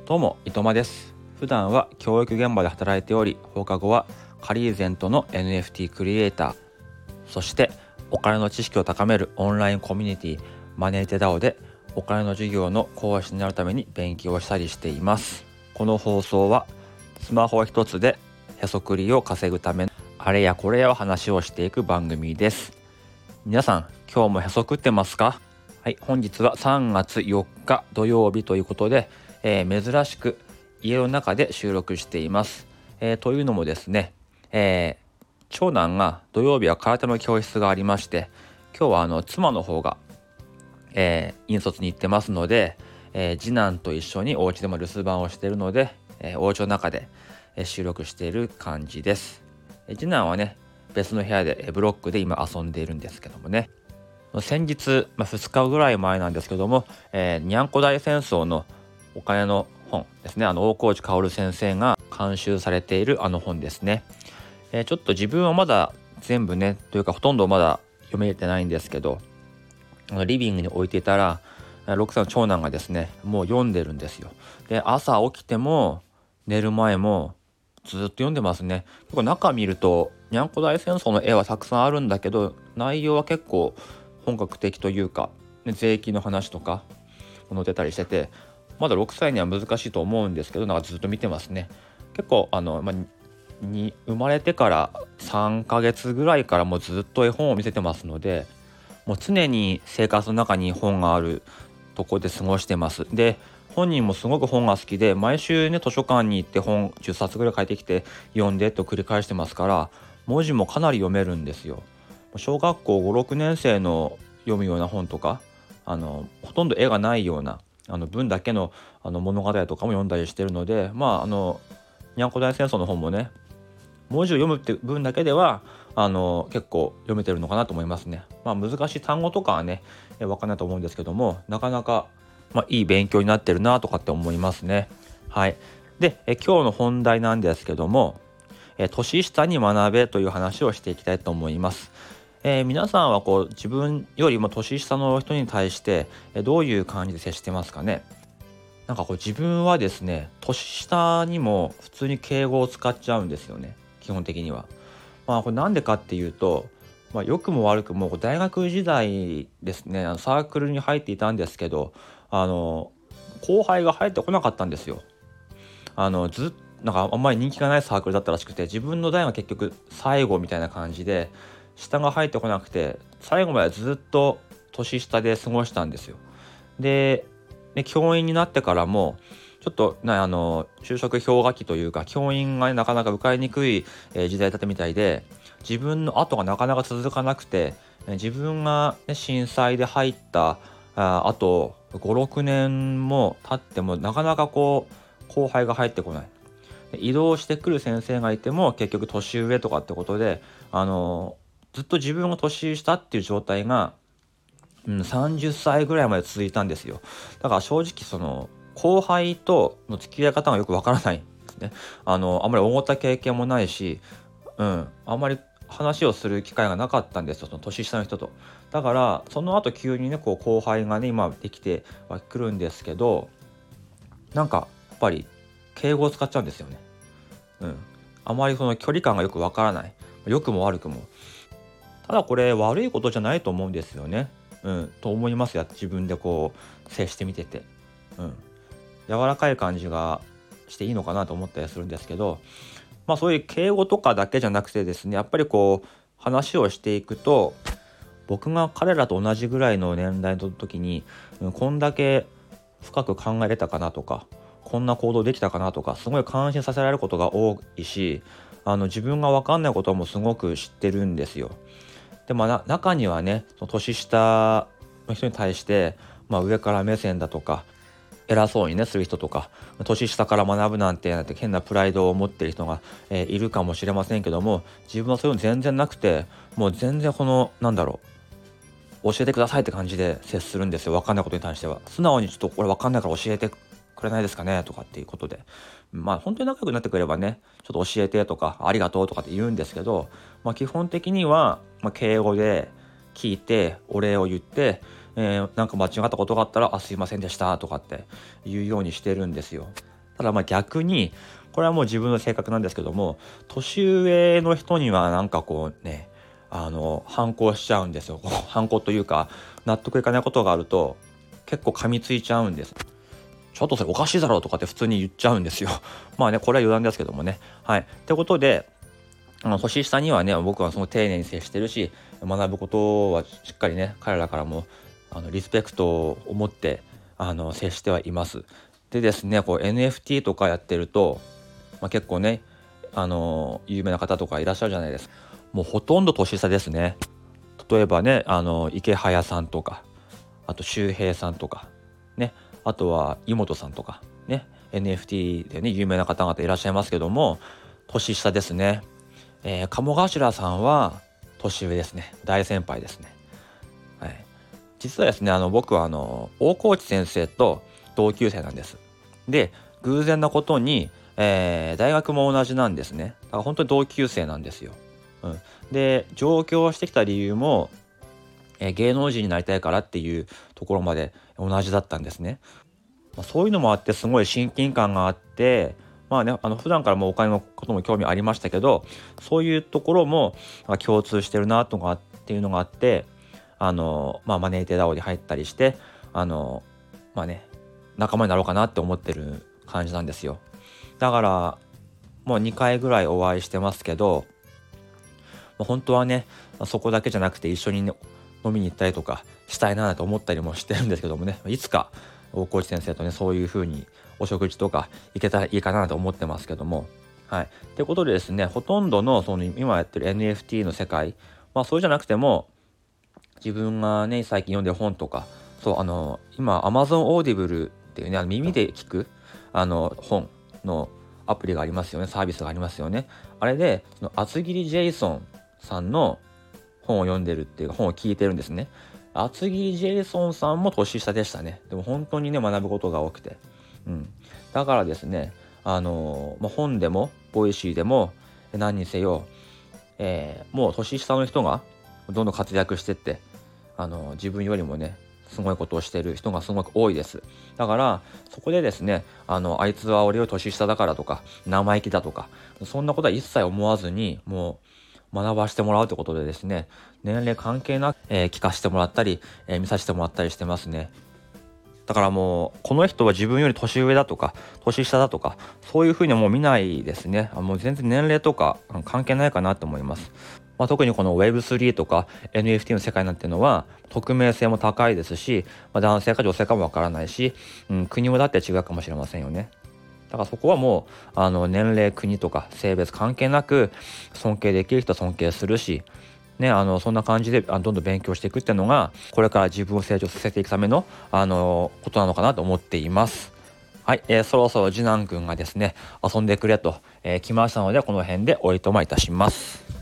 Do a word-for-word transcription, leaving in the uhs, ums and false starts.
どうも、いとまです。普段は教育現場で働いており、放課後はカリーゼントの エヌエフティー クリエイター、そしてお金の知識を高めるオンラインコミュニティマネーテダオでお金の授業の講師になるために勉強をしたりしています。この放送はスマホ一つでへそくりを稼ぐためのあれやこれやを話をしていく番組です。皆さん、今日もへそくってますか？はい、本日はさんがつよっか土曜日ということで、えー、珍しく家の中で収録しています。えー、というのもですね、えー、長男が土曜日は空手の教室がありまして、今日はあの妻の方が、えー、引率に行ってますので、えー、次男と一緒にお家でも留守番をしているので、えー、お家の中で収録している感じです。えー、次男はね、別の部屋でブロックで今遊んでいるんですけどもね、先日、まあ、ふつかぐらい前なんですけども、えー、にゃんこ大戦争のお金の本ですね、あの大河内薫先生が監修されているあの本ですね、えー、ちょっと自分はまだ全部ねというかほとんどまだ読めてないんですけど、あのリビングに置いていたらろくさいの長男がですねもう読んでるんですよ。で、朝起きても寝る前もずっと読んでますね。結構中見るとにゃんこ大戦争の絵はたくさんあるんだけど、内容は結構本格的というか、ね、税金の話とか載ってたりしてて、まだろくさいには難しいと思うんですけど、なんかずっと見てますね。結構あの、まあ、に生まれてからさんかげつぐらいからもうずっと絵本を見せてますので、もう常に生活の中に本があるとこで過ごしてます。で、本人もすごく本が好きで、毎週ね図書館に行って本じゅっさつぐらい帰ってきて読んでと繰り返してますから、文字もかなり読めるんですよ。小学校ご、ろくねん生の読むような本とか、あのほとんど絵がないようなあの文だけのあの物語とかも読んだりしてるので、まああのにゃんこ大戦争の本もね、文字を読むって文だけではあの結構読めてるのかなと思いますね。まあ難しい単語とかはね分かんないと思うんですけども、なかなか、まあ、いい勉強になってるなとかって思いますね。はい。でえ今日の本題なんですけども、え年下に学べという話をしていきたいと思います。えー、皆さんはこう自分よりも年下の人に対してえどういう感じで接してますかね。なんかこう自分はですね、年下にも普通に敬語を使っちゃうんですよね、基本的には。まあこれなんでかっていうと、まあ、良くも悪くも大学時代ですね、あのサークルに入っていたんですけど、あの後輩が入ってこなかったんですよ。あのずっなんかあんまり人気がないサークルだったらしくて、自分の代が結局最後みたいな感じで下が入ってこなくて、最後までずっと年下で過ごしたんですよ。で、で教員になってからもちょっとなあの就職氷河期というか、教員が、ね、なかなか受かりにくい、えー、時代だったみたいで、自分の後がなかなか続かなくて、自分が、ね、震災で入ったああとご、ろくねんも経ってもなかなかこう後輩が入ってこない。移動してくる先生がいても結局年上とかってことで、あのずっと自分が年下っていう状態が、うん、さんじゅっさいぐらいまで続いたんですよ。だから正直その後輩との付き合い方がよくわからないですね。あのあんまり思った経験もないし、うん、あんまり話をする機会がなかったんですよ、その年下の人と。だからその後急にねこう後輩がね今できてはくるんですけど、なんかやっぱり敬語を使っちゃうんですよね。うん、あまりその距離感がよくわからない、良くも悪くも。ただこれ悪いことじゃないと思うんですよね。うん、と思いますよ、自分でこう接してみてて。うん、柔らかい感じがしていいのかなと思ったりするんですけど、まあそういう敬語とかだけじゃなくてですね、やっぱりこう話をしていくと、僕が彼らと同じぐらいの年代の時に、うん、こんだけ深く考えれたかなとか、こんな行動できたかなとか、すごい感心させられることが多いし、あの自分が分かんないこともすごく知ってるんですよ。でもな中にはね、その年下の人に対して、まあ、上から目線だとか偉そうにねする人とか、年下から学ぶなんてなんて変なプライドを持ってる人が、えー、いるかもしれませんけども、自分はそういうの全然なくて、もう全然このなんだろう、教えてくださいって感じで接するんですよ。分かんないことに対しては素直にちょっとこれ分かんないから教えてくれないですかねとかっていうことで、まあ本当に仲良くなってくればね、ちょっと教えてとかありがとうとかって言うんですけど、まあ基本的には、まあ、敬語で聞いてお礼を言って、えー、なんか間違ったことがあったらあすいませんでしたとかって言うようにしてるんですよ。 ただまあ逆にこれはもう自分の性格なんですけども、年上の人にはなんかこうねあの反抗しちゃうんですよ。反抗というか納得いかないことがあると結構噛みついちゃうんです。ちょっとそれおかしいだろうとかって普通に言っちゃうんですよ。まあねこれは余談ですけどもね。はい。ってことであの年下にはね僕はその丁寧に接してるし、学ぶことはしっかりね彼らからもあのリスペクトを持ってあの接してはいます。でですねこう エヌエフティー とかやってると、まあ、結構ねあの有名な方とかいらっしゃるじゃないですか。もうほとんど年下ですね。例えばねあの池早さんとか、あと周平さんとかね、あとは井本さんとかね エヌエフティー でね有名な方々いらっしゃいますけども年下ですね。えー、鴨頭さんは年上ですね。大先輩ですね。はい、実はですねあの僕はあの大河内先生と同級生なんです。で偶然なことに、えー、大学も同じなんですね。だから本当に同級生なんですよ。うん、で上京してきた理由も、えー、芸能人になりたいからっていうところまで同じだったんですね。まあ、そういうのもあってすごい親近感があって、まあね、あの普段からもうお金のことも興味ありましたけど、そういうところも共通してるなとかっていうのがあって、あの、まあ、マネーテダオに入ったりして、あの、まあね、仲間になろうかなって思ってる感じなんですよ。だから、もうにかいぐらいお会いしてますけど、本当はね、そこだけじゃなくて一緒に、ね、飲みに行ったりとかしたいなと思ったりもしてるんですけどもね、いつか大河内先生とねそういう風にお食事とか行けたらいいかなと思ってますけども、はい。ということでですね、ほとんどのその今やってる エヌエフティー の世界、まあそうじゃなくても自分がね最近読んでる本とか、そうあの今 Amazon Audible っていうね耳で聞くあの本のアプリがありますよね、サービスがありますよね。あれでその厚切りジェイソンさんの本を読んでるっていう本を聞いてるんですね。厚切りジェイソンさんも年下でしたね。でも本当にね学ぶことが多くて、うん、だからですねあの、まあ、本でもボイシーでも何にせよ、えー、もう年下の人がどんどん活躍してってあの自分よりもねすごいことをしている人がすごく多いです。だからそこでですねあのあいつは俺より年下だからとか生意気だとかそんなことは一切思わずにもう学ばせてもらうということでですね年齢関係なく、えー、聞かせてもらったり、えー、見させてもらったりしてますね。だからもうこの人は自分より年上だとか年下だとかそういうふうにはもう見ないですね。もう全然年齢とか関係ないかなと思います。まあ、特にこの ウェブスリー とか エヌエフティー の世界なんていうのは匿名性も高いですし、まあ、男性か女性かもわからないし、うん、国もだって違うかもしれませんよね。だからそこはもうあの年齢国とか性別関係なく尊敬できる人は尊敬するし、ね、あのそんな感じであどんどん勉強していくっていうのがこれから自分を成長させていくためのあのことなのかなと思っています。はい、えー、そろそろ次男くんがですね遊んでくれと、えー、来ましたのでこの辺でおいとまいたします。